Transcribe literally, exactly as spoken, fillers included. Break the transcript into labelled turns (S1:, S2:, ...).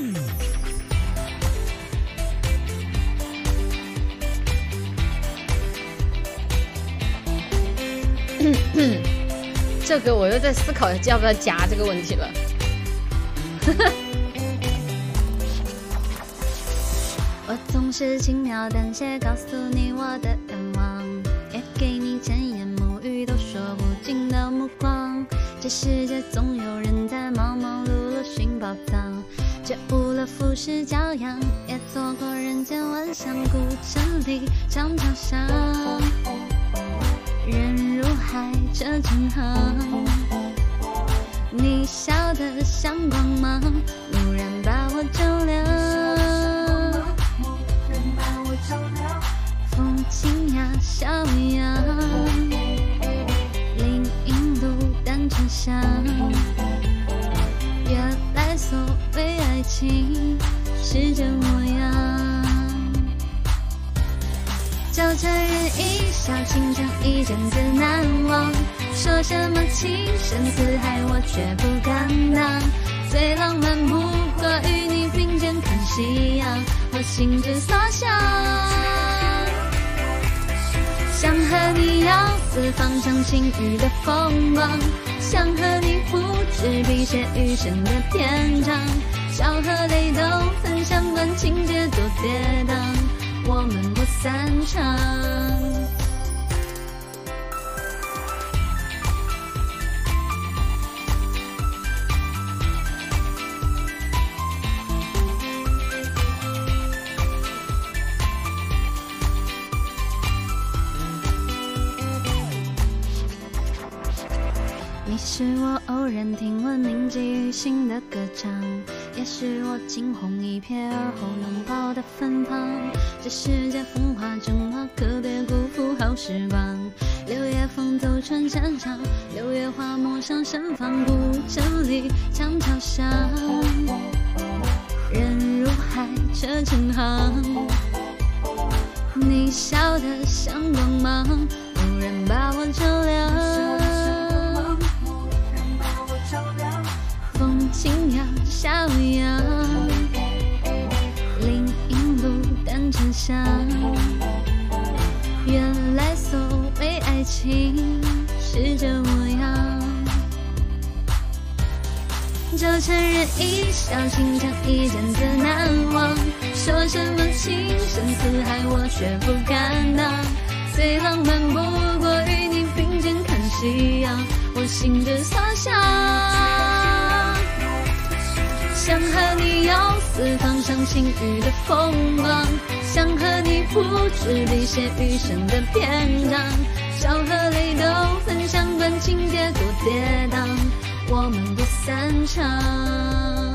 S1: 这个我又在思考要不要加这个问题了。
S2: 我总是轻描淡写告诉你我的愿望，也给你千言母语都说不尽的目光。这世界总有人在忙忙碌碌寻宝藏，觉悟了浮世骄阳，也错过人间万象。古城里长桥上，人如海，这成行。你笑得像光芒，蓦然把我照亮。风轻呀，小扬，林荫路，单车香。原来所谓爱情是这模样。就承认一笑倾城，一阵子难忘。说什么情深似海，我却不敢当。最浪漫不过与你并肩看夕阳，我心之所向。想和你游四方赏晴雨的风光，想和你不止笔写余生的篇章。笑和泪都很相关，情节多跌宕，我们不散场。你是我偶然听闻铭记于心的歌唱，也是我惊鸿一瞥而后拥抱的芬芳。这世界风华正茂，可别辜负好时光。六月风走春山上，六月花陌上盛放。古城里长桥上，人如海，车成行。你笑得像光芒，蓦然把我照亮。风轻扬，小扬，林荫路，单车香。原来所谓爱情是这模样。就承认一笑倾城，一阵子难忘。说什么情深似海，我却不敢当。最浪漫不过与你并肩看夕阳，我心之所向。想和你游四方赏晴雨的风光，想和你谱纸笔写余生的篇章。笑和泪都很相关，情节多跌宕，我们不散场。